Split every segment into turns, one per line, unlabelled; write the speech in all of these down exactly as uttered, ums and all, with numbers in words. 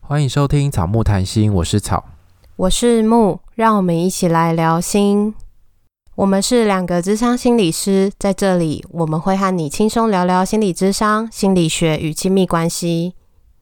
欢迎收听草木谈心，我是草，
我是木，让我们一起来聊心。我们是两个諮商心理师，在这里我们会和你轻松聊聊心理諮商、心理学与亲密关系。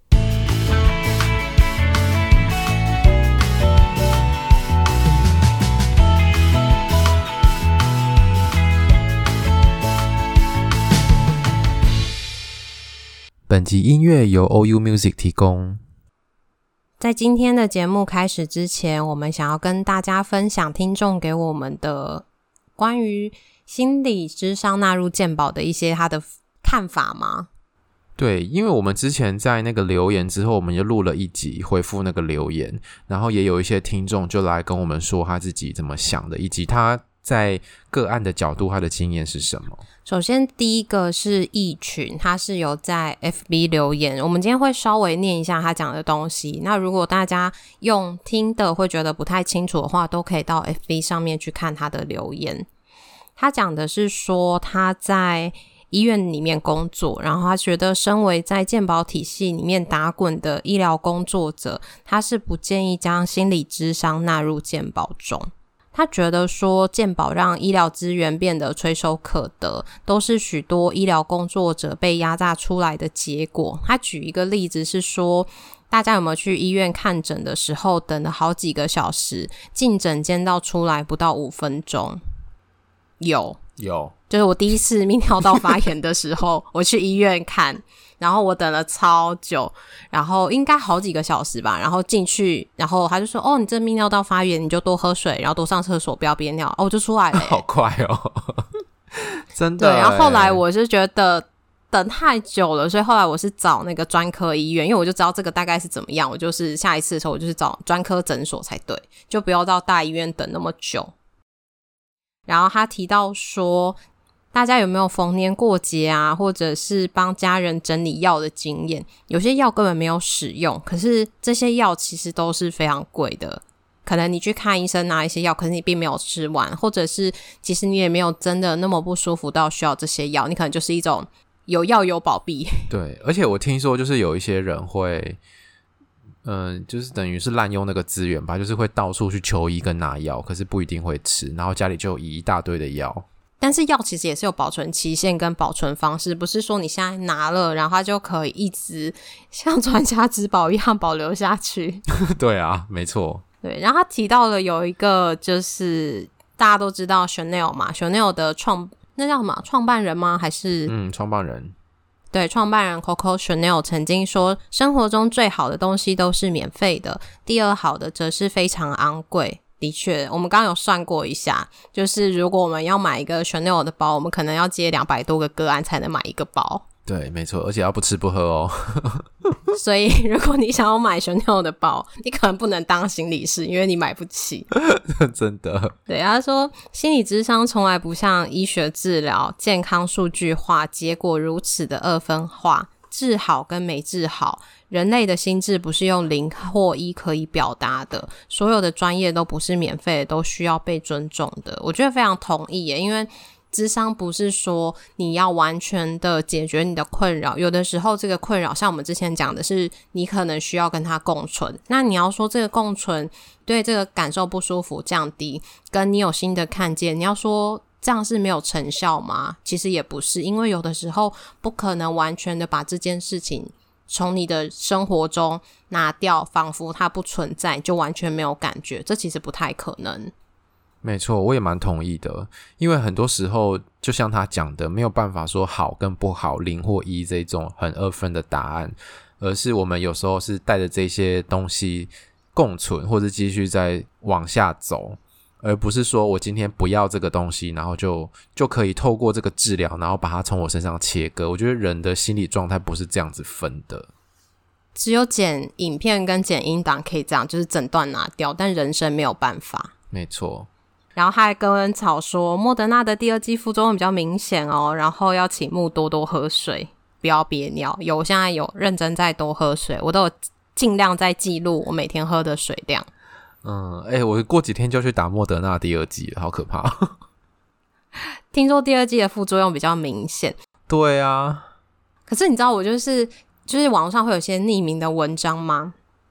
本集音乐由 O U Music 提供。
在今天的节目开始之前，我们想要跟大家分享听众给我们的关于心理諮商纳入健保的一些他的看法吗？
对，因为我们之前在那个留言之后，我们就录了一集回复那个留言，然后也有一些听众就来跟我们说他自己怎么想的，以及他在个案的角度他的经验是什么。
首先第一个是义群，他是有在 F B 留言，我们今天会稍微念一下他讲的东西，那如果大家用听的会觉得不太清楚的话，都可以到 F B 上面去看他的留言。他讲的是说他在医院里面工作，然后他觉得身为在健保体系里面打滚的医疗工作者，他是不建议将心理諮商纳入健保中。他觉得说健保让医疗资源变得垂手可得，都是许多医疗工作者被压榨出来的结果。他举一个例子是说，大家有没有去医院看诊的时候等了好几个小时，进诊间到出来不到五分钟？有
有，
就是我第一次泌尿道发炎的时候我去医院看，然后我等了超久，然后应该好几个小时吧，然后进去，然后他就说哦，你这泌尿道发炎你就多喝水，然后多上厕所，不要憋尿。哦，我就出来了耶。
好快哦真的耶。
对，然后后来我是觉得等太久了，所以后来我是找那个专科医院，因为我就知道这个大概是怎么样，我就是下一次的时候我就是找专科诊所才对，就不要到大医院等那么久。然后他提到说，大家有没有逢年过节啊，或者是帮家人整理药的经验？有些药根本没有使用，可是这些药其实都是非常贵的。可能你去看医生拿一些药，可是你并没有吃完，或者是其实你也没有真的那么不舒服到需要这些药，你可能就是一种有药有保庇。
对，而且我听说就是有一些人会嗯、呃，就是等于是滥用那个资源吧，就是会到处去求医跟拿药，可是不一定会吃，然后家里就有一大堆的药。
但是药其实也是有保存期限跟保存方式，不是说你现在拿了然后它就可以一直像传家之宝一样保留下去
对啊，没错。
对，然后他提到了有一个就是大家都知道 Chanel 嘛， Chanel 的创那叫什么创办人吗？还是
嗯，创办人。
对，创办人 Coco Chanel 曾经说，生活中最好的东西都是免费的，第二好的则是非常昂贵。的确，我们刚刚有算过一下，就是如果我们要买一个 Chanel 的包，我们可能要接两百多个个案才能买一个包。对，
没错，而且要不吃不喝哦
所以如果你想要买 Chanel 的包，你可能不能当心理师，因为你买不起
真的。对，
他说心理諮商从来不像医学治疗健康数据化，结果如此的二分化，治好跟没治好，人类的心智不是用零或一可以表达的，所有的专业都不是免费的，都需要被尊重的。我觉得非常同意耶，因为諮商不是说你要完全的解决你的困扰，有的时候这个困扰像我们之前讲的是你可能需要跟它共存，那你要说这个共存对这个感受不舒服降低，跟你有新的看见，你要说这样是没有成效吗？其实也不是，因为有的时候不可能完全的把这件事情从你的生活中拿掉，仿佛它不存在就完全没有感觉，这其实不太可能。
没错，我也蛮同意的，因为很多时候就像他讲的，没有办法说好跟不好零或一这种很二分的答案，而是我们有时候是带着这些东西共存，或者继续再往下走，而不是说我今天不要这个东西，然后就就可以透过这个治疗然后把它从我身上切割。我觉得人的心理状态不是这样子分的，
只有剪影片跟剪音档可以这样，就是整段拿掉，但人生没有办法。
没错。
然后他还跟草说莫德纳的第二剂副作用比较明显哦，然后要请木多多喝水，不要憋尿。有，我现在有认真在多喝水，我都有尽量在记录我每天喝的水量。
嗯，哎、欸，我过几天就去打莫德纳第二剂了，好可怕
听说第二剂的副作用比较明显。
对啊，
可是你知道我就是就是网络上会有些匿名的文章吗？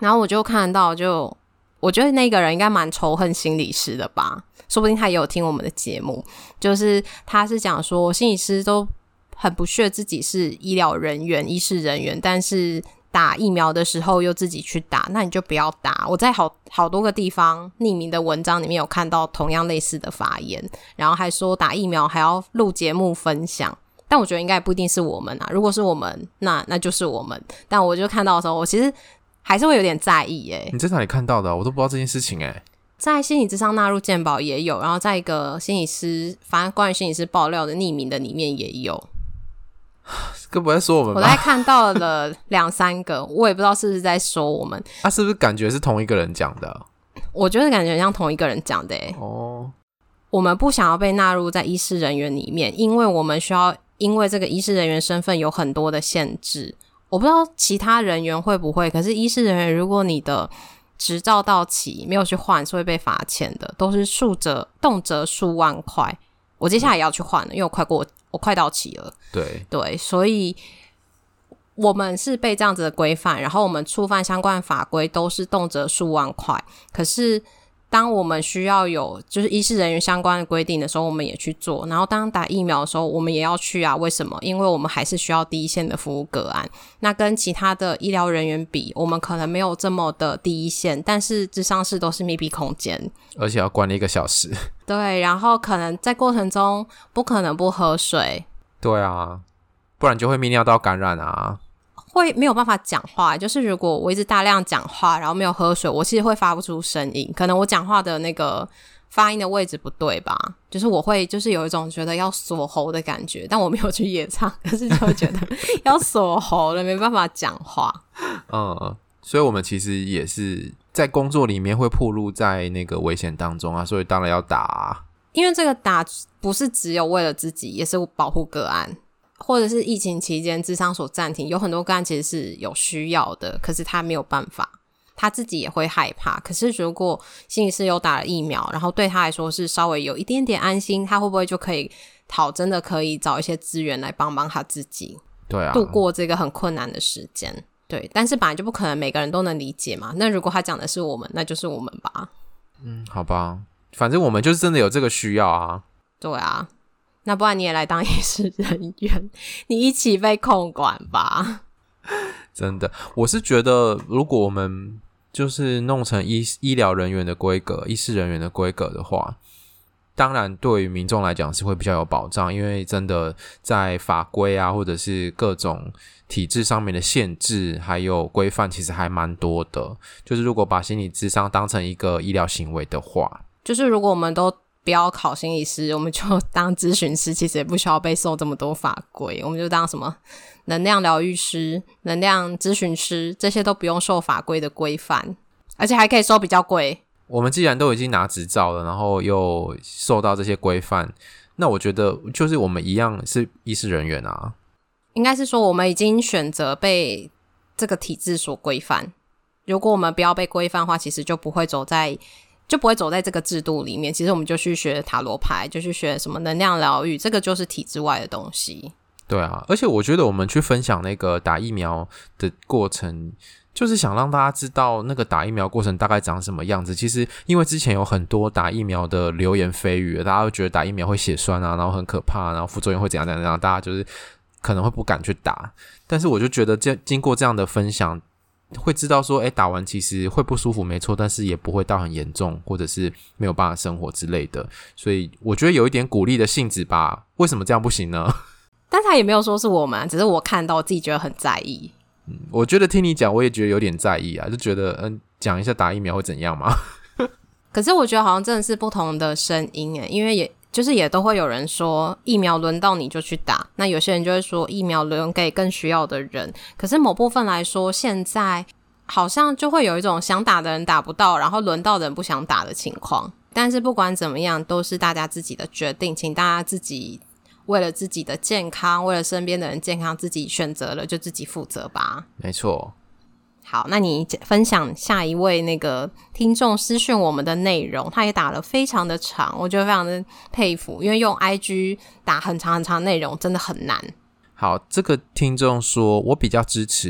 然后我就看到就我觉得那个人应该蛮仇恨心理师的吧，说不定他也有听我们的节目，就是他是讲说心理师都很不屑自己是医疗人员医事人员，但是打疫苗的时候又自己去打，那你就不要打。我在好好多个地方匿名的文章里面有看到同样类似的发言，然后还说打疫苗还要录节目分享，但我觉得应该不一定是我们啊，如果是我们那那就是我们，但我就看到的时候我其实还是会有点在意耶。
你在哪里看到的、啊、我都不知道这件事情耶。
在心理咨商纳入健保也有，然后在一个心理师反正关于心理师爆料的匿名的里面也有。
该不会在说我们吧？
我大概看到了两三个，我也不知道是不是在说我们。
啊，是不是感觉是同一个人讲的、啊？
我觉得感觉像同一个人讲的耶。
哦，
我们不想要被纳入在医事人员里面，因为我们需要因为这个医事人员身份有很多的限制。我不知道其他人员会不会，可是医事人员如果你的执照到期没有去换是会被罚钱的，都是数折动辄数万块。我接下来也要去换了，因为我快过我快到期了。
对
对，所以我们是被这样子的规范，然后我们触犯相关法规都是动辄数万块。可是当我们需要有就是医事人员相关的规定的时候，我们也去做。然后当打疫苗的时候，我们也要去啊。为什么？因为我们还是需要第一线的服务个案。那跟其他的医疗人员比，我们可能没有这么的第一线，但是咨商室都是密闭空间，
而且要关了一个小时。
对，然后可能在过程中不可能不喝水。
对啊，不然就会泌尿道感染啊。
会没有办法讲话，就是如果我一直大量讲话然后没有喝水，我其实会发不出声音，可能我讲话的那个发音的位置不对吧，就是我会就是有一种觉得要锁喉的感觉，但我没有去夜唱，可是就会觉得要锁喉了，没办法讲话。
嗯，所以我们其实也是在工作里面会暴露在那个危险当中啊，所以当然要打啊。
因为这个打不是只有为了自己，也是保护个案，或者是疫情期间諮商所暂停，有很多个案其实是有需要的，可是他没有办法，他自己也会害怕。可是如果心理师有打了疫苗，然后对他来说是稍微有一点点安心，他会不会就可以好真的可以找一些资源来帮帮他自己，
对啊，
度过这个很困难的时间。对，但是本来就不可能每个人都能理解嘛，那如果他讲的是我们，那就是我们吧。
嗯，好吧，反正我们就是真的有这个需要啊。
对啊，那不然你也来当医事人员，你一起被控管吧。
真的，我是觉得如果我们就是弄成医医疗人员的规格、医事人员的规格的话，当然对于民众来讲是会比较有保障，因为真的在法规啊或者是各种体制上面的限制还有规范其实还蛮多的，就是如果把心理咨商当成一个医疗行为的话，
就是如果我们都不要考心理师，我们就当咨询师，其实也不需要被受这么多法规，我们就当什么能量疗愈师、能量咨询师，这些都不用受法规的规范，而且还可以收比较贵。
我们既然都已经拿执照了，然后又受到这些规范，那我觉得就是我们一样是医事人员啊。
应该是说我们已经选择被这个体制所规范，如果我们不要被规范的话，其实就不会走在就不会走在这个制度里面，其实我们就去学塔罗牌，就去学什么能量疗愈，这个就是体制外的东西。
对啊，而且我觉得我们去分享那个打疫苗的过程，就是想让大家知道那个打疫苗过程大概长什么样子。其实因为之前有很多打疫苗的流言蜚语，大家都觉得打疫苗会血栓啊，然后很可怕，然后副作用会怎样怎样怎样，大家就是可能会不敢去打。但是我就觉得这经过这样的分享，会知道说，诶，打完其实会不舒服没错，但是也不会到很严重，或者是没有办法生活之类的。所以我觉得有一点鼓励的性质吧。为什么这样不行呢？
但他也没有说是我们，只是我看到自己觉得很在意。
嗯，我觉得听你讲我也觉得有点在意啊，就觉得嗯，讲一下打疫苗会怎样嘛。
可是我觉得好像真的是不同的声音耶，因为也就是也都会有人说疫苗轮到你就去打，那有些人就会说疫苗轮给更需要的人。可是某部分来说，现在好像就会有一种想打的人打不到，然后轮到的人不想打的情况。但是不管怎么样，都是大家自己的决定，请大家自己为了自己的健康，为了身边的人健康，自己选择了就自己负责吧。
没错。
好，那你分享下一位那个听众私讯我们的内容，他也打了非常的长，我觉得非常的佩服，因为用 I G 打很长很长的内容真的很难。
好，这个听众说，我比较支持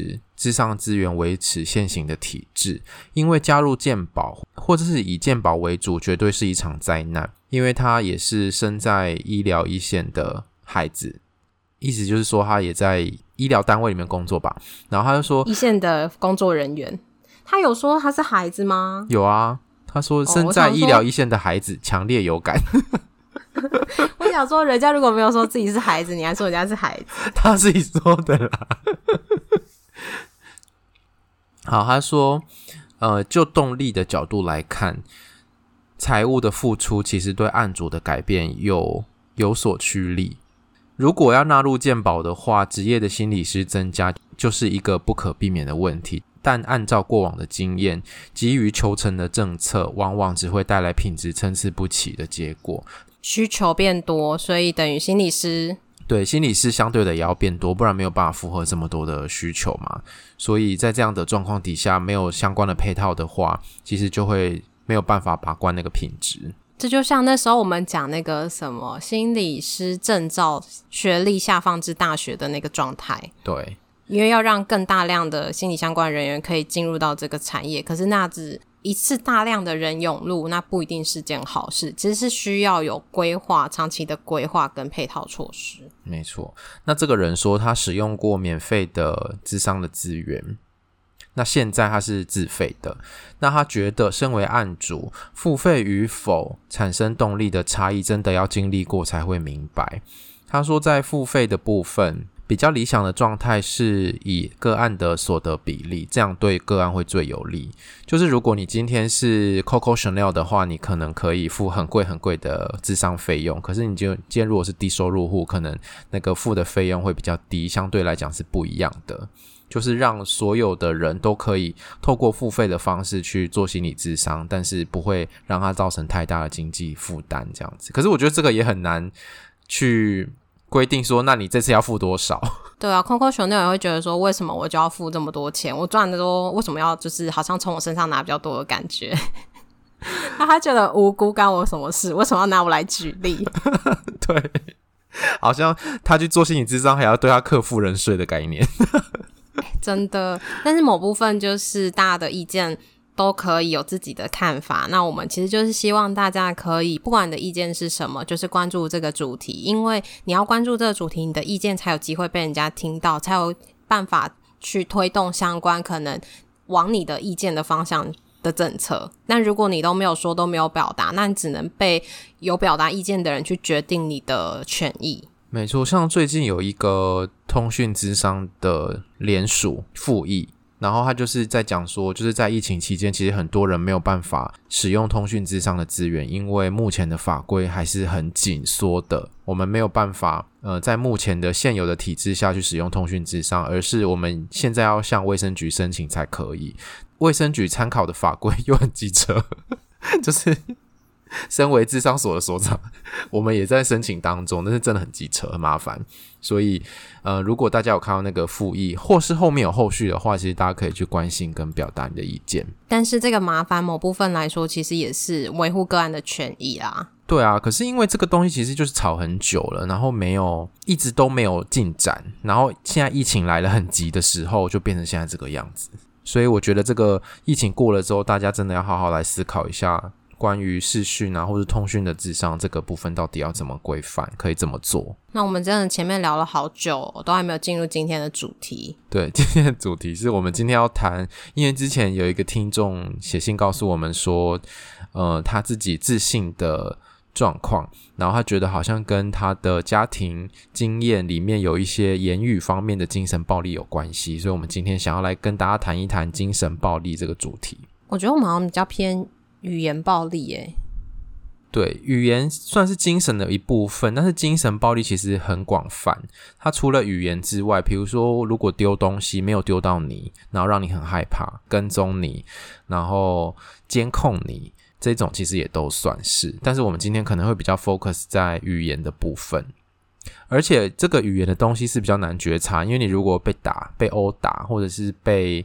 諮商资源维持现行的体制，因为加入健保或者是以健保为主绝对是一场灾难，因为他也是身在医疗一线的孩子，意思就是说他也在医疗单位里面工作吧。然后他就说
一线的工作人员，他有说他是孩子吗？
有啊，他说身在医疗一线的孩子强烈有感。
我想说人家如果没有说自己是孩子，你还说人家是孩子，
他自己说的啦。好，他说呃，就动力的角度来看，财务的付出其实对案主的改变有有所趋利。如果要纳入健保的话，职业的心理师增加就是一个不可避免的问题，但按照过往的经验，急于求成的政策往往只会带来品质参差不齐的结果，
需求变多，所以等于心理师
对心理师相对的也要变多，不然没有办法符合这么多的需求嘛。所以在这样的状况底下，没有相关的配套的话，其实就会没有办法把关那个品质。
这就像那时候我们讲那个什么心理师证照学历下放至大学的那个状态，
对，
因为要让更大量的心理相关人员可以进入到这个产业，可是那只一次大量的人涌入，那不一定是件好事，其实是需要有规划，长期的规划跟配套措施。
没错。那这个人说他使用过免费的諮商的资源，那现在他是自费的，那他觉得身为案主，付费与否产生动力的差异真的要经历过才会明白。他说在付费的部分，比较理想的状态是以个案的所得比例，这样对个案会最有利。就是如果你今天是 Coco Chanel 的话，你可能可以付很贵很贵的諮商费用，可是你就今天如果是低收入户，可能那个付的费用会比较低，相对来讲是不一样的。就是让所有的人都可以透过付费的方式去做心理諮商，但是不会让它造成太大的经济负担这样子。可是我觉得这个也很难去规定说那你这次要付多少。
对啊 Coco Chanel 也会觉得说为什么我就要付这么多钱，我赚的多为什么要就是好像从我身上拿比较多的感觉。那他觉得无辜干我什么事，为什么要拿我来举例。
对，好像他去做心理諮商还要对他课付人税的概念。
真的，但是某部分就是大家的意见都可以有自己的看法，那我们其实就是希望大家可以不管你的意见是什么，就是关注这个主题，因为你要关注这个主题，你的意见才有机会被人家听到，才有办法去推动相关可能往你的意见的方向的政策。但如果你都没有说，都没有表达，那你只能被有表达意见的人去决定你的权益。
没错，像最近有一个通讯諮商的联署复议，然后他就是在讲说，就是在疫情期间，其实很多人没有办法使用通讯諮商的资源，因为目前的法规还是很紧缩的，我们没有办法呃，在目前的现有的体制下去使用通讯諮商，而是我们现在要向卫生局申请才可以。卫生局参考的法规又很机车，就是身为諮商所的所长，我们也在申请当中，但是真的很机车，很麻烦。所以呃，如果大家有看到那个复议，或是后面有后续的话，其实大家可以去关心跟表达你的意见。
但是这个麻烦某部分来说，其实也是维护个案的权益啦。
对啊，可是因为这个东西其实就是吵很久了，然后没有一直都没有进展，然后现在疫情来了很急的时候，就变成现在这个样子。所以我觉得这个疫情过了之后，大家真的要好好来思考一下关于视讯啊或是通讯的諮商这个部分到底要怎么规范，可以怎么做。
那我们真的前面聊了好久，都还没有进入今天的主题。
对，今天的主题是我们今天要谈，因为之前有一个听众写信告诉我们说呃，他自己自信的状况，然后他觉得好像跟他的家庭经验里面有一些言语方面的精神暴力有关系，所以我们今天想要来跟大家谈一谈精神暴力这个主题。
我觉得我们好像比较偏语言暴力耶。
对，语言算是精神的一部分，但是精神暴力其实很广泛，它除了语言之外，比如说如果丢东西没有丢到你，然后让你很害怕，跟踪你，然后监控你，这种其实也都算是。但是我们今天可能会比较 focus 在语言的部分，而且这个语言的东西是比较难觉察，因为你如果被打被殴打或者是被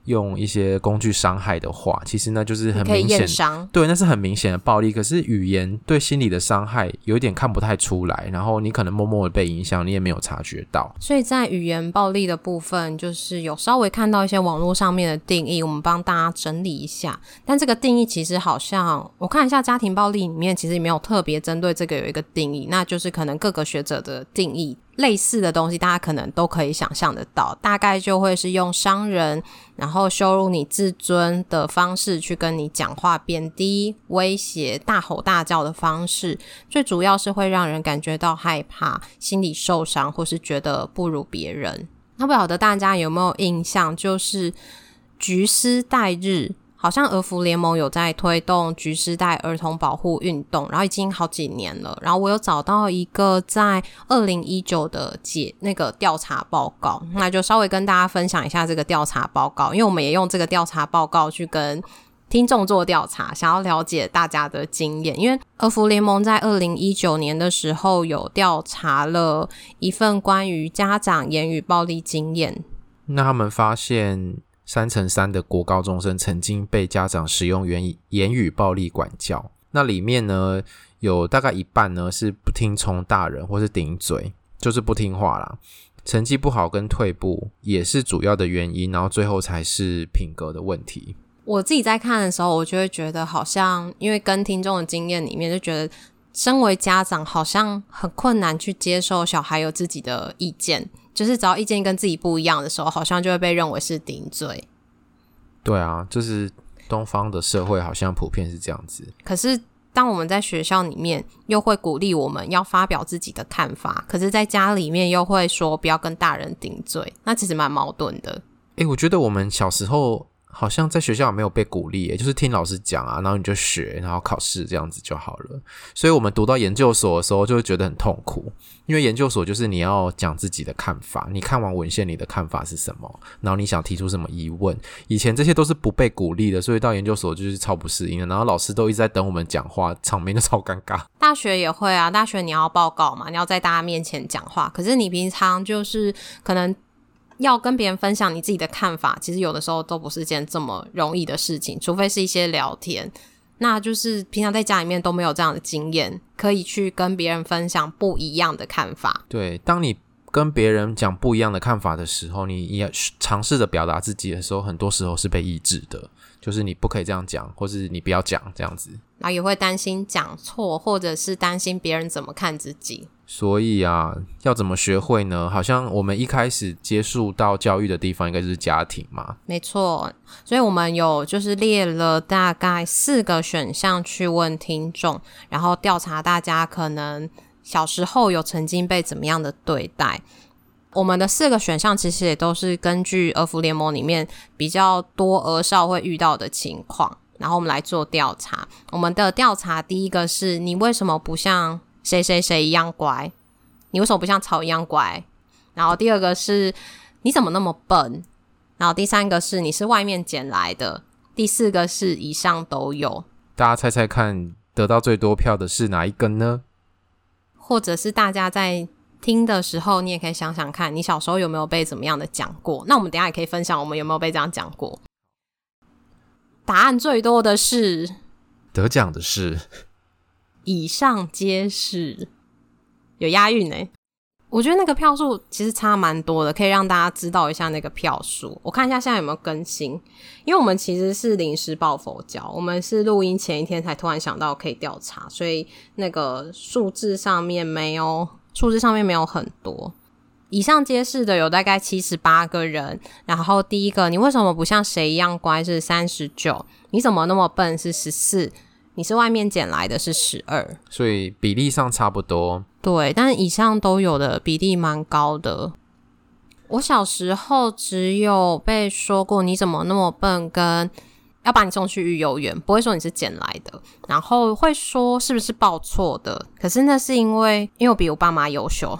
用一些工具伤害的话，其实那就是很
可以
明显，
验伤，
对，那是很明显的暴力。可是语言对心理的伤害有一点看不太出来，然后你可能默默的被影响，你也没有察觉到。
所以在语言暴力的部分，就是有稍微看到一些网络上面的定义，我们帮大家整理一下。但这个定义其实好像我看一下家庭暴力里面，其实没有特别针对这个有一个定义，那就是可能各个学者的定义类似的东西，大家可能都可以想象得到，大概就会是用伤人然后羞辱你自尊的方式去跟你讲话，贬低、威胁、大吼大叫的方式，最主要是会让人感觉到害怕、心理受伤，或是觉得不如别人。那不晓得大家有没有印象，就是橘丝带日，好像儿福联盟有在推动橘丝带儿童保护运动，然后已经好几年了。然后我有找到一个在二零一九的解那个调查报告，那就稍微跟大家分享一下这个调查报告，因为我们也用这个调查报告去跟听众做调查，想要了解大家的经验。因为儿福联盟在二零一九年的时候有调查了一份关于家长言语暴力经验，
那他们发现三成三的国高中生曾经被家长使用言语暴力管教，那里面呢有大概一半呢是不听从大人或是顶嘴，就是不听话啦。成绩不好跟退步也是主要的原因，然后最后才是品格的问题。
我自己在看的时候，我就会觉得好像因为跟听众的经验里面就觉得身为家长好像很困难去接受小孩有自己的意见，就是只要意见跟自己不一样的时候，好像就会被认为是顶嘴。
对啊，就是东方的社会好像普遍是这样子。
可是当我们在学校里面又会鼓励我们要发表自己的看法，可是在家里面又会说不要跟大人顶嘴，那其实蛮矛盾的。
诶，我觉得我们小时候好像在学校没有被鼓励耶，就是听老师讲啊，然后你就学，然后考试这样子就好了。所以我们读到研究所的时候就会觉得很痛苦，因为研究所就是你要讲自己的看法，你看完文献你的看法是什么，然后你想提出什么疑问。以前这些都是不被鼓励的，所以到研究所就是超不适应的，然后老师都一直在等我们讲话，场面就超尴尬。
大学也会啊，大学你要报告嘛，你要在大家面前讲话，可是你平常就是可能要跟别人分享你自己的看法，其实有的时候都不是件这么容易的事情，除非是一些聊天。那就是平常在家里面都没有这样的经验，可以去跟别人分享不一样的看法。
对，当你跟别人讲不一样的看法的时候，你也尝试着表达自己的时候，很多时候是被抑制的，就是你不可以这样讲，或是你不要讲这样子。
然后也会担心讲错，或者是担心别人怎么看自己。
所以啊，要怎么学会呢？好像我们一开始接触到教育的地方应该就是家庭嘛。
没错，所以我们有就是列了大概四个选项去问听众，然后调查大家可能小时候有曾经被怎么样的对待。我们的四个选项其实也都是根据儿福联盟里面比较多儿少会遇到的情况，然后我们来做调查。我们的调查第一个是你为什么不像谁谁谁一样乖，你为什么不像草一样乖？然后第二个是你怎么那么笨？然后第三个是你是外面捡来的，第四个是以上都有。
大家猜猜看，得到最多票的是哪一个呢？
或者是大家在听的时候，你也可以想想看，你小时候有没有被怎么样的讲过？那我们等一下也可以分享我们有没有被这样讲过。答案最多的是，
得奖的是
以上皆是，有押韵耶。我觉得那个票数其实差蛮多的，可以让大家知道一下那个票数。我看一下现在有没有更新，因为我们其实是临时抱佛脚，我们是录音前一天才突然想到可以调查，所以那个数字上面没有数字上面没有很多。以上皆是的有大概七十八个人，然后第一个你为什么不像谁一样乖是三十九，你怎么那么笨是十四，你是外面捡来的是十二，
所以比例上差不多。
对，但是以上都有的比例蛮高的。我小时候只有被说过你怎么那么笨跟要把你送去育幼园，不会说你是捡来的，然后会说是不是报错的，可是那是因为因为我比我爸妈优秀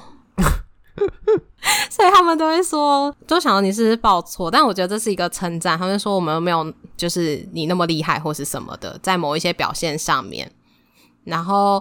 所以他们都会说就想到你是不是报错，但我觉得这是一个称赞，他们说我们没有就是你那么厉害或是什么的，在某一些表现上面。然后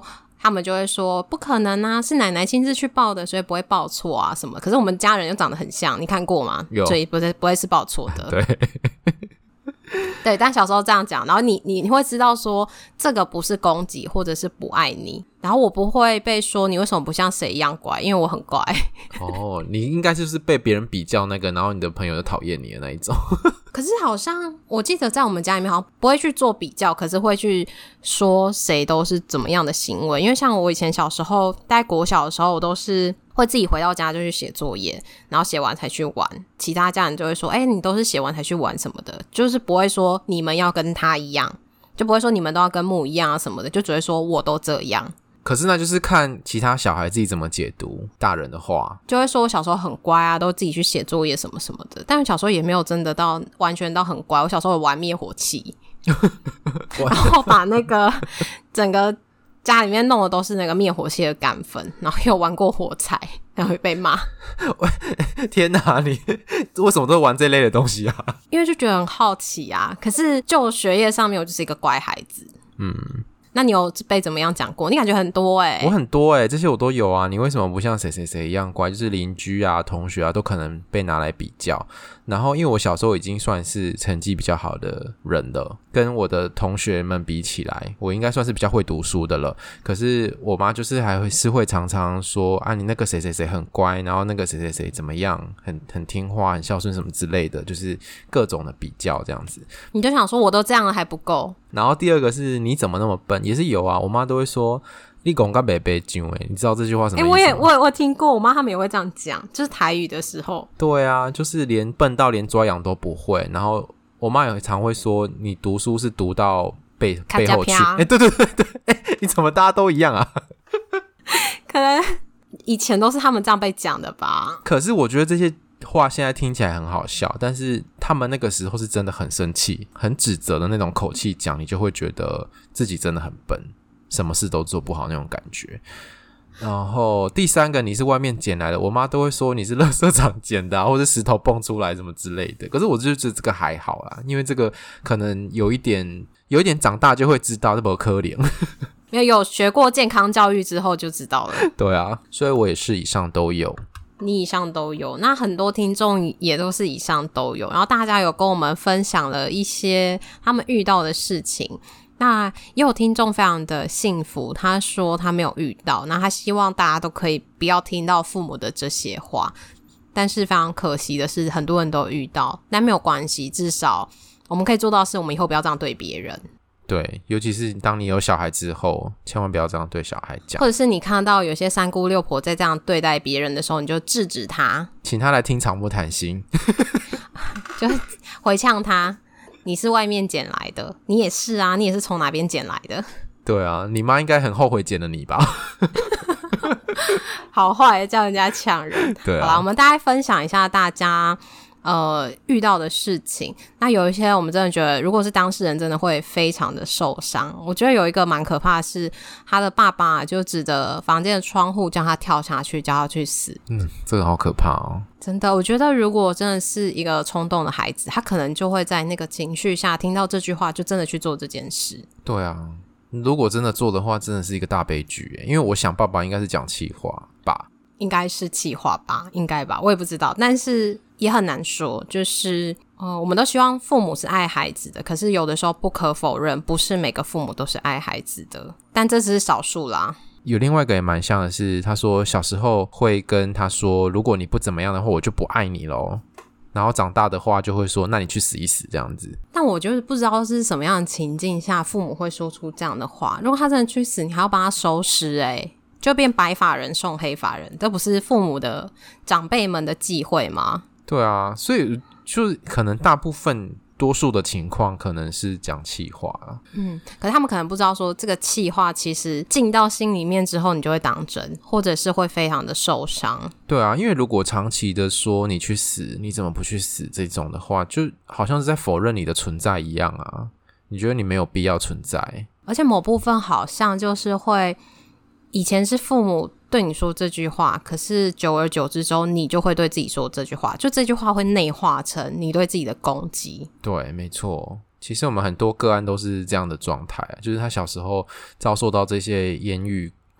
他们就会说不可能啊，是奶奶亲自去报的，所以不会报错啊什么。可是我们家人又长得很像，你看过吗？
有，
所以不会不会是报错的。
对
对，但小时候这样讲，然后你你你会知道说这个不是攻击或者是不爱你，然后我不会被说你为什么不像谁一样乖，因为我很乖。
哦，你应该就是被别人比较那个，然后你的朋友就讨厌你的那一种。
可是好像我记得在我们家里面好像不会去做比较，可是会去说谁都是怎么样的行为。因为像我以前小时候在国小的时候，我都是会自己回到家就去写作业，然后写完才去玩，其他家人就会说哎、欸，你都是写完才去玩什么的，就是不会说你们要跟他一样，就不会说你们都要跟木一样啊什么的，就只会说我都这样。
可是那就是看其他小孩自己怎么解读大人的话，
就会说我小时候很乖啊，都自己去写作业什么什么的，但是小时候也没有真的到完全到很乖。我小时候有玩灭火器然后把那个整个家里面弄的都是那个灭火器的干粉，然后有玩过火柴，然后会被骂。
天哪，你为什么都玩这类的东西啊？
因为就觉得很好奇啊，可是就学业上面我就是一个乖孩子。嗯，那你有被怎么样讲过？你感觉很多欸。
我很多欸，这些我都有啊。你为什么不像谁谁谁一样乖？就是邻居啊、同学啊都可能被拿来比较。然后因为我小时候已经算是成绩比较好的人了，跟我的同学们比起来，我应该算是比较会读书的了。可是我妈就是还会是会常常说啊，你那个谁谁谁很乖，然后那个谁谁谁怎么样，很很听话、很孝顺什么之类的，就是各种的比较这样子。
你就想说我都这样了还不够。
然后第二个是你怎么那么笨，也是有啊，我妈都会说你讲跟北北讲诶，你知道这句话什么意思吗？欸、
我也我我听过，我妈他们也会这样讲，就是台语的时候。
对啊，就是连笨到连抓痒都不会。然后我妈也常会说，你读书是读到背背后去。哎、欸，对对对对，哎、欸，你怎么大家都一样啊？
可能以前都是他们这样被讲的吧。
可是我觉得这些话现在听起来很好笑，但是他们那个时候是真的很生气、很指责的那种口气讲，你就会觉得自己真的很笨，什么事都做不好那种感觉。然后第三个，你是外面捡来的，我妈都会说你是垃圾场捡的啊，或者石头蹦出来什么之类的。可是我就觉得这个还好啦，因为这个可能有一点有一点长大就会知道，这不可怜。
因为有学过健康教育之后就知道了。
对啊，所以我也是以上都有。
你以上都有，那很多听众也都是以上都有，然后大家有跟我们分享了一些他们遇到的事情。那也有听众非常的幸福，他说他没有遇到，那他希望大家都可以不要听到父母的这些话，但是非常可惜的是很多人都有遇到，但没有关系，至少我们可以做到的是我们以后不要这样对别人。
对，尤其是当你有小孩之后，千万不要这样对小孩讲，
或者是你看到有些三姑六婆在这样对待别人的时候，你就制止他，
请他来听草木谈心
就回呛他，你是外面捡来的，你也是啊，你也是从哪边捡来的。
对啊，你妈应该很后悔捡了你吧
好坏叫人家抢人。
对啊，
好啦，我们大概分享一下大家呃遇到的事情。那有一些我们真的觉得如果是当事人真的会非常的受伤。我觉得有一个蛮可怕的是他的爸爸就指着房间的窗户叫他跳下去，叫他去死。
嗯，这个好可怕哦。
真的，我觉得如果真的是一个冲动的孩子，他可能就会在那个情绪下听到这句话就真的去做这件事。
对啊，如果真的做的话真的是一个大悲剧耶，因为我想爸爸应该是讲气话吧，
应该是气话吧，应该吧，我也不知道，但是也很难说，就是呃，我们都希望父母是爱孩子的，可是有的时候不可否认，不是每个父母都是爱孩子的，但这只是少数啦。
有另外一个也蛮像的是，他说小时候会跟他说，如果你不怎么样的话，我就不爱你咯。然后长大的话就会说，那你去死一死这样子。
但我就是不知道是什么样的情境下父母会说出这样的话。如果他真的去死，你还要帮他收尸欸，就变白发人送黑发人，这不是父母的长辈们的忌讳吗？
对啊，所以就是可能大部分多数的情况可能是讲气话啊。
嗯，可是他们可能不知道说这个气话其实进到心里面之后你就会当真，或者是会非常的受伤。
对啊，因为如果长期的说你去死，你怎么不去死这种的话，就好像是在否认你的存在一样啊。你觉得你没有必要存在，
而且某部分好像就是会以前是父母对你说这句话，可是久而久之之后你就会对自己说这句话，就这句话会内化成你对自己的攻击。
对，没错，其实我们很多个案都是这样的状态，就是他小时候遭受到这些言语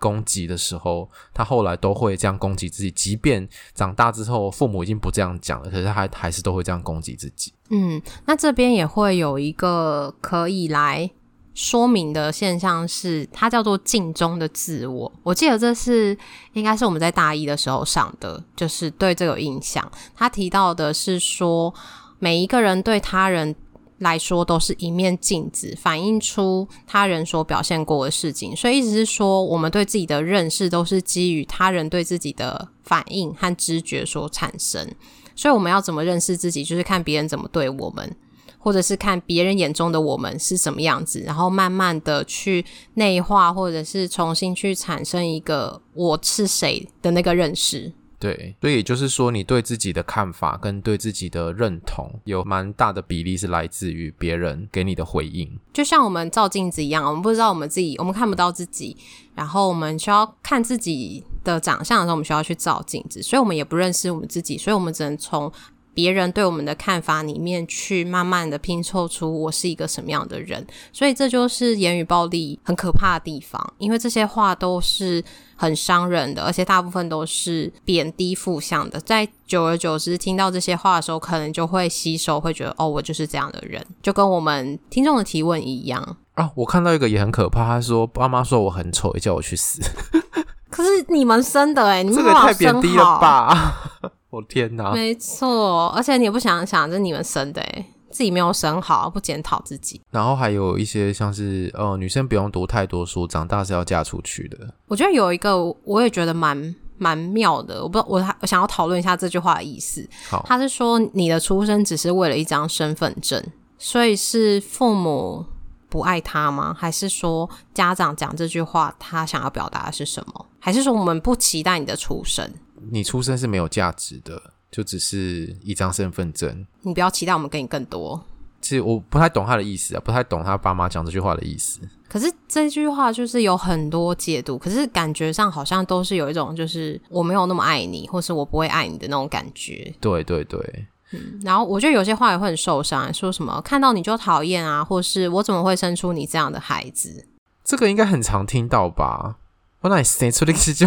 攻击的时候，他后来都会这样攻击自己，即便长大之后父母已经不这样讲了，可是他还还是都会这样攻击自己。
嗯，那这边也会有一个可以来说明的现象是，它叫做镜中的自我。我记得这是应该是我们在大一的时候上的，就是对这个有印象。他提到的是说，每一个人对他人来说都是一面镜子，反映出他人所表现过的事情。所以意思是说，我们对自己的认识都是基于他人对自己的反应和知觉所产生。所以我们要怎么认识自己，就是看别人怎么对我们，或者是看别人眼中的我们是什么样子，然后慢慢的去内化，或者是重新去产生一个我是谁的那个认识。
对，所以也就是说你对自己的看法跟对自己的认同有蛮大的比例是来自于别人给你的回应。
就像我们照镜子一样，我们不知道我们自己，我们看不到自己，然后我们需要看自己的长相的时候，我们需要去照镜子，所以我们也不认识我们自己，所以我们只能从别人对我们的看法里面去慢慢的拼凑出我是一个什么样的人。所以这就是言语暴力很可怕的地方，因为这些话都是很伤人的，而且大部分都是贬低负向的。在久而久之听到这些话的时候，可能就会吸收，会觉得哦，我就是这样的人，就跟我们听众的提问一样
啊。我看到一个也很可怕，他说爸妈说我很丑，也叫我去死。
可是你们生的耶，你们
这个太贬低了吧。我天哪，
没错，而且你也不想想这是你们生的耶，自己没有生好，不检讨自己。
然后还有一些像是呃，女生不用读太多书，长大是要嫁出去的。
我觉得有一个我也觉得蛮蛮妙的，我不知道，我我想要讨论一下这句话的意思。
好，
他是说你的出生只是为了一张身份证，所以是父母不爱他吗？还是说家长讲这句话他想要表达的是什么？还是说我们不期待你的出生？
你出生是没有价值的，就只是一张身份证，
你不要期待我们给你更多。
其实我不太懂他的意思啊，不太懂他爸妈讲这句话的意思。
可是这句话就是有很多解读，可是感觉上好像都是有一种就是我没有那么爱你，或是我不会爱你的那种感觉。
对对对，
嗯，然后我觉得有些话也会很受伤，说什么看到你就讨厌啊，或是我怎么会生出你这样的孩子。
这个应该很常听到吧。我那你生出来就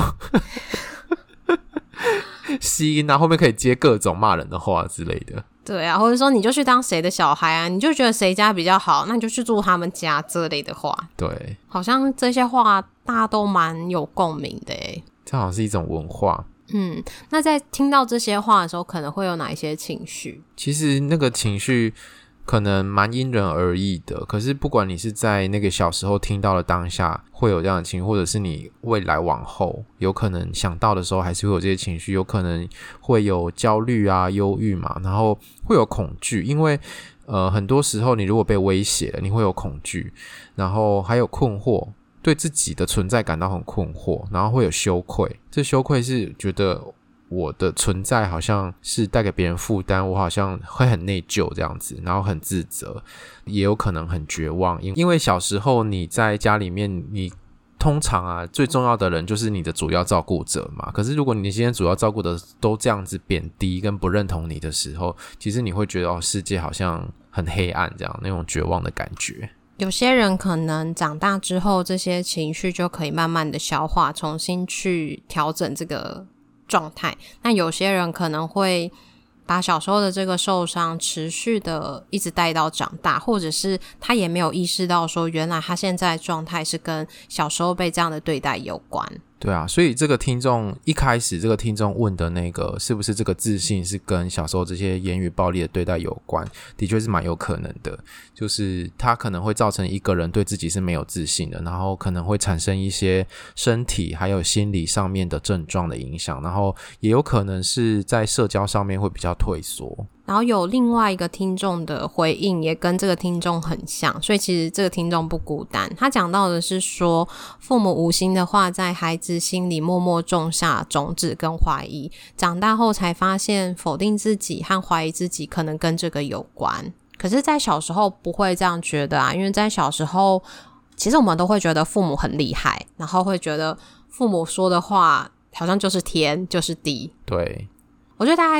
吸音啊，后面可以接各种骂人的话之类的。
对啊，或者说你就去当谁的小孩啊，你就觉得谁家比较好，那你就去住他们家这类的话。
对，
好像这些话大家都蛮有共鸣的耶。
这好像是一种文化。
嗯，那在听到这些话的时候可能会有哪一些情绪？
其实那个情绪可能蛮因人而异的，可是不管你是在那个小时候听到的当下会有这样的情绪，或者是你未来往后有可能想到的时候还是会有这些情绪，有可能会有焦虑啊、忧郁嘛，然后会有恐惧，因为呃很多时候你如果被威胁了，你会有恐惧，然后还有困惑，对自己的存在感到很困惑，然后会有羞愧，这羞愧是觉得我的存在好像是带给别人负担，我好像会很内疚这样子，然后很自责，也有可能很绝望。因为小时候你在家里面，你通常啊最重要的人就是你的主要照顾者嘛，可是如果你今天主要照顾的都这样子贬低跟不认同你的时候，其实你会觉得哦，世界好像很黑暗，这样那种绝望的感觉。
有些人可能长大之后这些情绪就可以慢慢的消化，重新去调整这个状态，那有些人可能会把小时候的这个受伤持续的一直带到长大，或者是他也没有意识到说原来他现在的状态是跟小时候被这样的对待有关。
对啊，所以这个听众一开始这个听众问的那个是不是这个自信是跟小时候这些言语暴力的对待有关，的确是蛮有可能的，就是他可能会造成一个人对自己是没有自信的，然后可能会产生一些身体还有心理上面的症状的影响，然后也有可能是在社交上面会比较退缩。
然后有另外一个听众的回应也跟这个听众很像，所以其实这个听众不孤单。他讲到的是说，父母无心的话在孩子心里默默种下种子跟怀疑，长大后才发现否定自己和怀疑自己可能跟这个有关。可是在小时候不会这样觉得啊，因为在小时候其实我们都会觉得父母很厉害，然后会觉得父母说的话好像就是天就是地。
对，
我觉得大概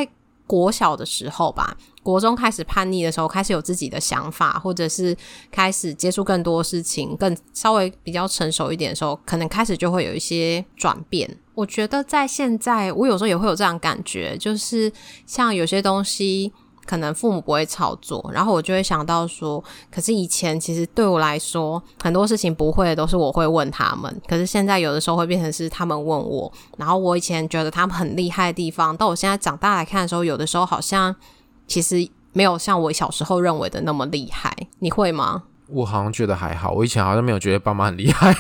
国小的时候吧，国中开始叛逆的时候，开始有自己的想法，或者是开始接触更多事情，更稍微比较成熟一点的时候，可能开始就会有一些转变。我觉得在现在我有时候也会有这样感觉，就是像有些东西可能父母不会操作，然后我就会想到说，可是以前其实对我来说很多事情不会的都是我会问他们，可是现在有的时候会变成是他们问我，然后我以前觉得他们很厉害的地方，到我现在长大来看的时候，有的时候好像其实没有像我小时候认为的那么厉害。你会吗？
我好像觉得还好，我以前好像没有觉得爸妈很厉害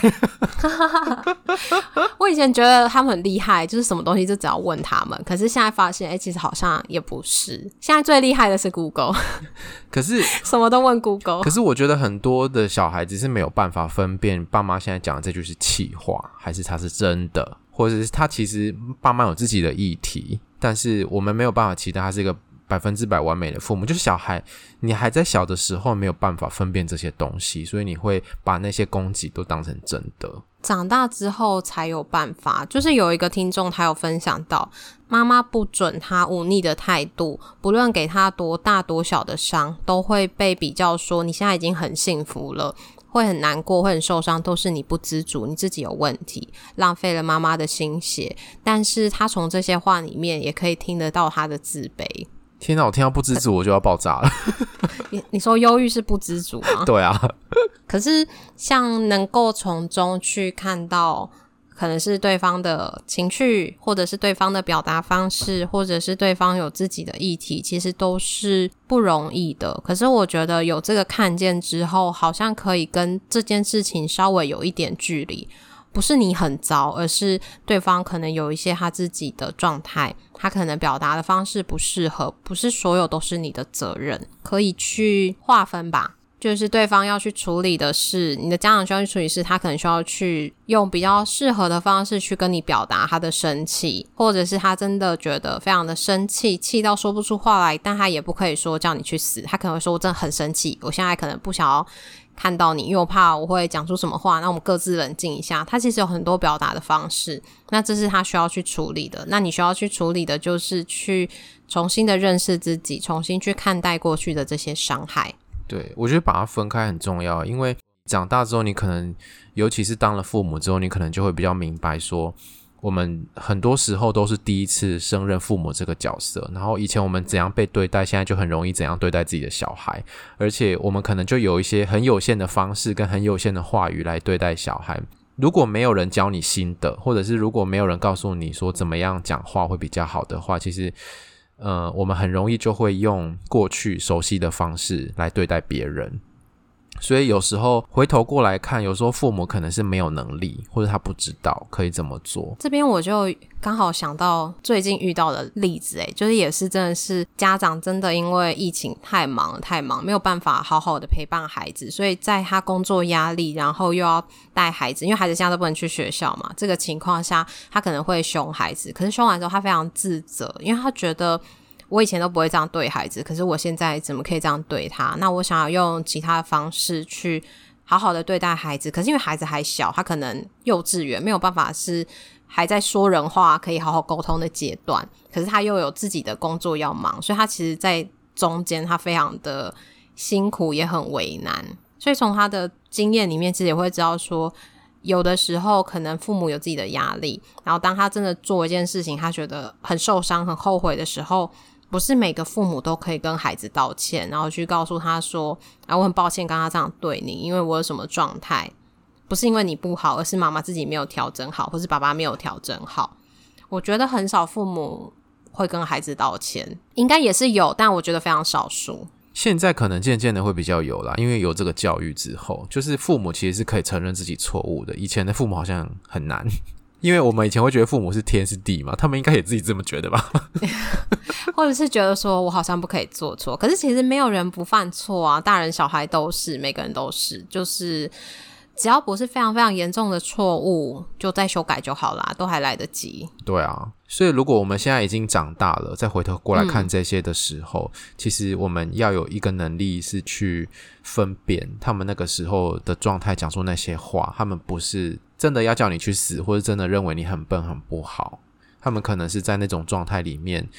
我以前觉得他们很厉害，就是什么东西就只要问他们，可是现在发现哎、欸，其实好像也不是，现在最厉害的是 Google
可是
什么都问 Google。
可是我觉得很多的小孩子是没有办法分辨爸妈现在讲的这句是气话还是他是真的，或者是他其实爸妈有自己的议题，但是我们没有办法期待他是一个百分之百完美的父母。就是小孩你还在小的时候没有办法分辨这些东西，所以你会把那些攻击都当成真的，
长大之后才有办法。就是有一个听众他有分享到，妈妈不准他忤逆的态度，不论给他多大多小的伤，都会被比较说你现在已经很幸福了，会很难过，会很受伤，都是你不知足，你自己有问题，浪费了妈妈的心血。但是他从这些话里面也可以听得到他的自卑。
天哪，我听到不知足我就要爆炸了
你, 你说忧郁是不知足吗？
对啊
可是像能够从中去看到可能是对方的情绪，或者是对方的表达方式，或者是对方有自己的议题，其实都是不容易的。可是我觉得有这个看见之后，好像可以跟这件事情稍微有一点距离，不是你很糟，而是对方可能有一些他自己的状态，他可能表达的方式不适合，不是所有都是你的责任，可以去划分吧。就是对方要去处理的事，你的家长需要去处理事，他可能需要去用比较适合的方式去跟你表达他的生气，或者是他真的觉得非常的生气，气到说不出话来，但他也不可以说叫你去死，他可能会说我真的很生气，我现在可能不想要看到你，因为我怕我会讲出什么话，那我们各自冷静一下。他其实有很多表达的方式，那这是他需要去处理的。那你需要去处理的就是去重新的认识自己，重新去看待过去的这些伤害。
对，我觉得把它分开很重要，因为长大之后你可能尤其是当了父母之后，你可能就会比较明白说我们很多时候都是第一次胜任父母这个角色，然后以前我们怎样被对待，现在就很容易怎样对待自己的小孩，而且我们可能就有一些很有限的方式跟很有限的话语来对待小孩。如果没有人教你新的，或者是如果没有人告诉你说怎么样讲话会比较好的话，其实呃，我们很容易就会用过去熟悉的方式来对待别人。所以有时候回头过来看，有时候父母可能是没有能力，或者他不知道可以怎么做。
这边我就刚好想到最近遇到的例子，诶，就是也是真的是家长真的因为疫情太忙了太忙，没有办法好好的陪伴孩子，所以在他工作压力，然后又要带孩子，因为孩子现在都不能去学校嘛，这个情况下他可能会凶孩子，可是凶完之后他非常自责，因为他觉得我以前都不会这样对孩子，可是我现在怎么可以这样对他，那我想要用其他的方式去好好的对待孩子，可是因为孩子还小，他可能幼稚园没有办法是还在说人话可以好好沟通的阶段，可是他又有自己的工作要忙，所以他其实在中间他非常的辛苦也很为难。所以从他的经验里面其实也会知道说，有的时候可能父母有自己的压力，然后当他真的做一件事情他觉得很受伤很后悔的时候，不是每个父母都可以跟孩子道歉，然后去告诉他说啊，我很抱歉刚刚这样对你，因为我有什么状态，不是因为你不好，而是妈妈自己没有调整好，或是爸爸没有调整好。我觉得很少父母会跟孩子道歉，应该也是有，但我觉得非常少数。
现在可能渐渐的会比较有啦，因为有这个教育之后，就是父母其实是可以承认自己错误的，以前的父母好像很难，因为我们以前会觉得父母是天是地嘛，他们应该也自己这么觉得吧
或者是觉得说我好像不可以做错，可是其实没有人不犯错啊，大人小孩都是，每个人都是，就是只要不是非常非常严重的错误，就再修改就好啦，都还来得及。
对啊，所以如果我们现在已经长大了，再回头过来看这些的时候、嗯、其实我们要有一个能力是去分辨他们那个时候的状态，讲出那些话，他们不是真的要叫你去死，或者真的认为你很笨很不好，他们可能是在那种状态里面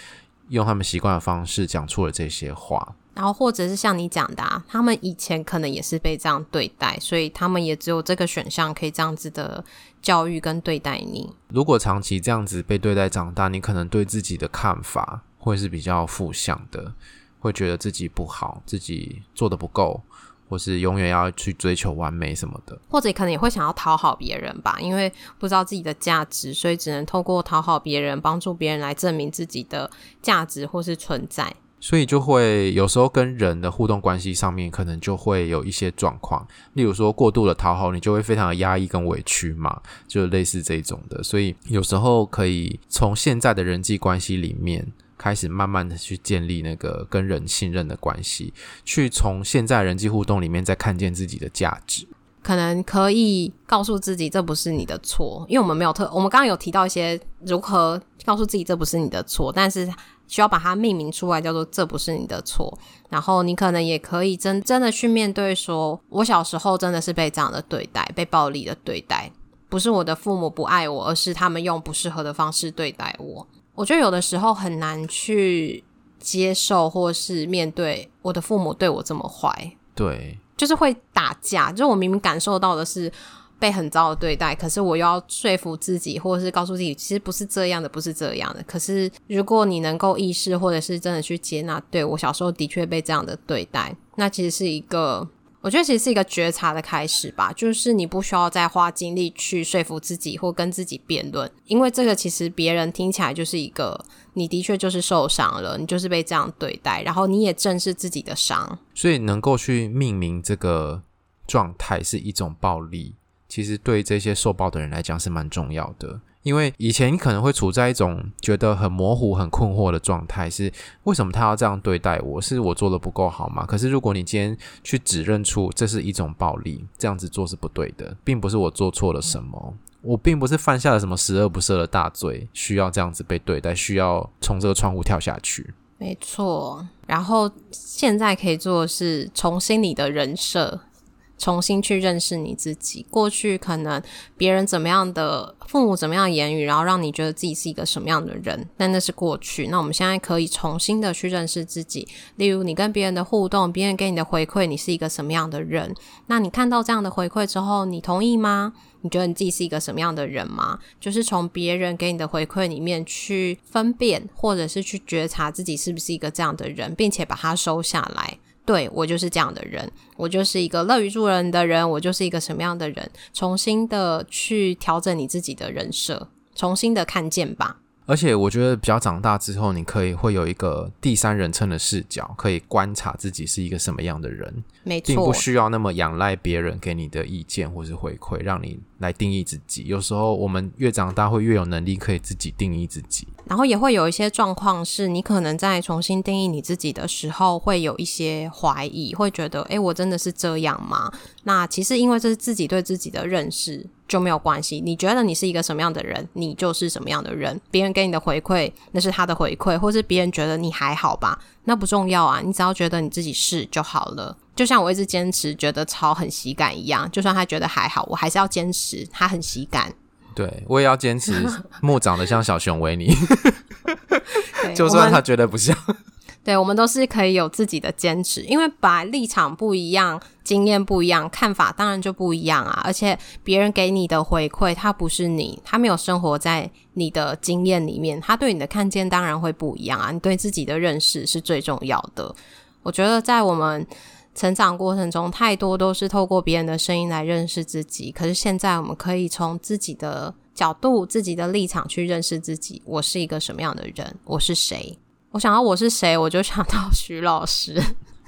用他们习惯的方式讲出了这些话。
然后或者是像你讲的啊，他们以前可能也是被这样对待，所以他们也只有这个选项可以这样子的教育跟对待你。
如果长期这样子被对待长大，你可能对自己的看法会是比较负向的，会觉得自己不好，自己做得不够，或是永远要去追求完美什么的，
或者可能也会想要讨好别人吧，因为不知道自己的价值，所以只能透过讨好别人，帮助别人来证明自己的价值或是存在。
所以就会有时候跟人的互动关系上面可能就会有一些状况，例如说过度的讨好，你就会非常的压抑跟委屈嘛，就类似这种的。所以有时候可以从现在的人际关系里面开始慢慢的去建立那个跟人信任的关系，去从现在人际互动里面再看见自己的价值。
可能可以告诉自己这不是你的错，因为我们没有特我们刚刚有提到一些如何告诉自己这不是你的错，但是需要把它命名出来，叫做这不是你的错。然后你可能也可以真真的去面对说，我小时候真的是被这样的对待，被暴力的对待，不是我的父母不爱我，而是他们用不适合的方式对待我。我觉得有的时候很难去接受或是面对我的父母对我这么坏，
对，
就是会打架，就是我明明感受到的是被很糟的对待，可是我又要说服自己或者是告诉自己其实不是这样的，不是这样的。可是如果你能够意识或者是真的去接纳，对，我小时候的确被这样的对待，那其实是一个我觉得其实是一个觉察的开始吧，就是你不需要再花精力去说服自己或跟自己辩论，因为这个其实别人听起来就是一个你的确就是受伤了，你就是被这样对待，然后你也正视自己的伤。
所以能够去命名这个状态是一种暴力，其实对这些受暴的人来讲是蛮重要的。因为以前你可能会处在一种觉得很模糊很困惑的状态，是为什么他要这样对待我，是我做的不够好吗？可是如果你今天去指认出这是一种暴力，这样子做是不对的，并不是我做错了什么，我并不是犯下了什么十恶不赦的大罪，需要这样子被对待，需要从这个窗户跳下去。
没错，然后现在可以做的是重新你的人设，重新去认识你自己。过去可能别人怎么样的父母怎么样的言语，然后让你觉得自己是一个什么样的人，但那是过去。那我们现在可以重新的去认识自己，例如你跟别人的互动，别人给你的回馈，你是一个什么样的人，那你看到这样的回馈之后，你同意吗？你觉得你自己是一个什么样的人吗？就是从别人给你的回馈里面去分辨，或者是去觉察自己是不是一个这样的人，并且把它收下来。对，我就是这样的人，我就是一个乐于助人的人，我就是一个什么样的人，重新的去调整你自己的人设，重新的看见吧。
而且我觉得比较长大之后，你可以会有一个第三人称的视角，可以观察自己是一个什么样的人，
没错，
并不需要那么仰赖别人给你的意见或是回馈让你来定义自己。有时候我们越长大会越有能力可以自己定义自己，
然后也会有一些状况是你可能在重新定义你自己的时候会有一些怀疑，会觉得诶，我真的是这样吗？那其实因为这是自己对自己的认识就没有关系，你觉得你是一个什么样的人，你就是什么样的人，别人给你的回馈那是他的回馈，或是别人觉得你还好吧，那不重要啊，你只要觉得你自己是就好了。就像我一直坚持觉得超很喜感一样，就算他觉得还好，我还是要坚持他很喜感。
对，我也要坚持木长得像小熊维尼就算他觉得不像。
对，我们都是可以有自己的坚持，因为本来立场不一样，经验不一样，看法当然就不一样啊。而且别人给你的回馈，他不是你，他没有生活在你的经验里面，他对你的看见当然会不一样啊。你对自己的认识是最重要的。我觉得在我们成长过程中，太多都是透过别人的声音来认识自己，可是现在我们可以从自己的角度、自己的立场去认识自己，我是一个什么样的人，我是谁。我想到我是谁，我就想到徐老师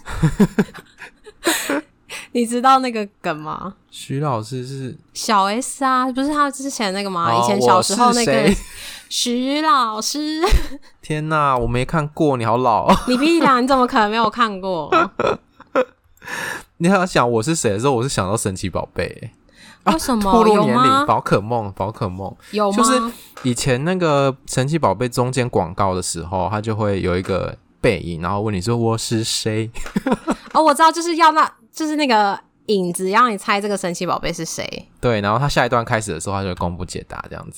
你知道那个梗吗？
徐老师是
小 S 啊，不是他之前那个吗、
哦、
以前小时候那个徐老师
天哪，我没看过，你好老
你屁啦，你怎么可能没有看过
你要想我是谁的时候，我是想到神奇宝贝。
为什么、
啊、暴露年
有吗？
龄，宝可梦，宝可梦
有吗？
就是以前那个神奇宝贝中间广告的时候，它就会有一个背影，然后问你说我是谁
哦，我知道，就是要那就是那个影子让你猜这个神奇宝贝是谁。
对，然后他下一段开始的时候，他就会公布解答这样子。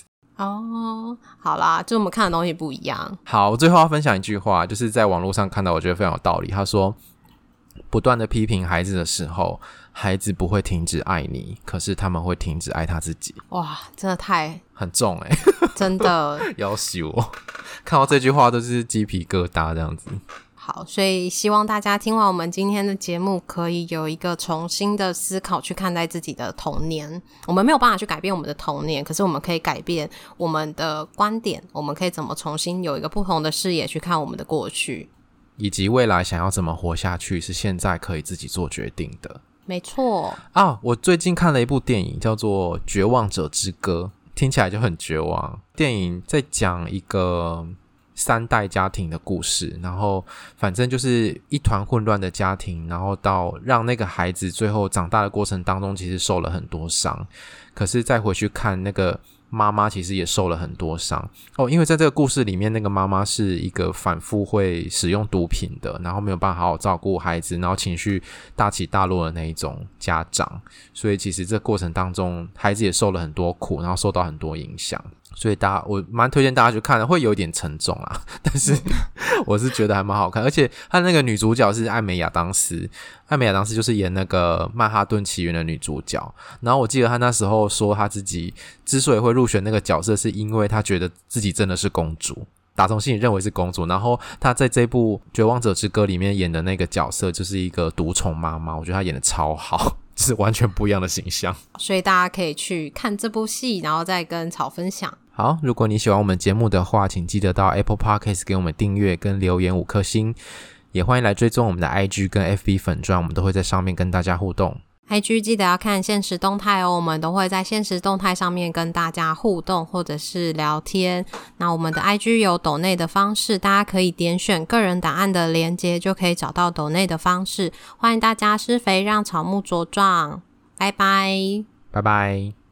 哦，好啦，就我们看的东西不一样。
好，我最后要分享一句话，就是在网络上看到我觉得非常有道理。他说不断的批评孩子的时候，孩子不会停止爱你，可是他们会停止爱他自己。
哇，真的太
很重欸
真的
要死我，看到这句话都是鸡皮疙瘩这样子。
好，所以希望大家听完我们今天的节目，可以有一个重新的思考去看待自己的童年。我们没有办法去改变我们的童年，可是我们可以改变我们的观点，我们可以怎么重新有一个不同的视野去看我们的过去，
以及未来想要怎么活下去，是现在可以自己做决定的。
没错
啊，我最近看了一部电影叫做《绝望者之歌》，听起来就很绝望。电影在讲一个三代家庭的故事，然后反正就是一团混乱的家庭，然后到让那个孩子最后长大的过程当中其实受了很多伤，可是再回去看那个妈妈其实也受了很多伤哦，因为在这个故事里面，那个妈妈是一个反复会使用毒品的，然后没有办法好好照顾孩子，然后情绪大起大落的那一种家长，所以其实这个过程当中孩子也受了很多苦，然后受到很多影响，所以大家我蛮推荐大家去看的，会有点沉重啊，但是我是觉得还蛮好看，而且他那个女主角是艾美亚当斯，艾美亚当斯就是演那个曼哈顿奇缘的女主角，然后我记得她那时候说她自己之所以会入选那个角色，是因为她觉得自己真的是公主，打从心里认为是公主，然后她在这部《绝望者之歌》里面演的那个角色就是一个独宠妈妈，我觉得她演的超好，就是完全不一样的形象，
所以大家可以去看这部戏，然后再跟草分享。
好，如果你喜欢我们节目的话，请记得到 Apple Podcast 给我们订阅跟留言五颗星，也欢迎来追踪我们的 I G 跟 F B 粉专，我们都会在上面跟大家互动。
I G 记得要看限时动态哦，我们都会在限时动态上面跟大家互动或者是聊天。那我们的 I G 有抖内的方式，大家可以点选个人档案的连结，就可以找到抖内的方式。欢迎大家施肥让草木茁壮，拜拜，
拜拜。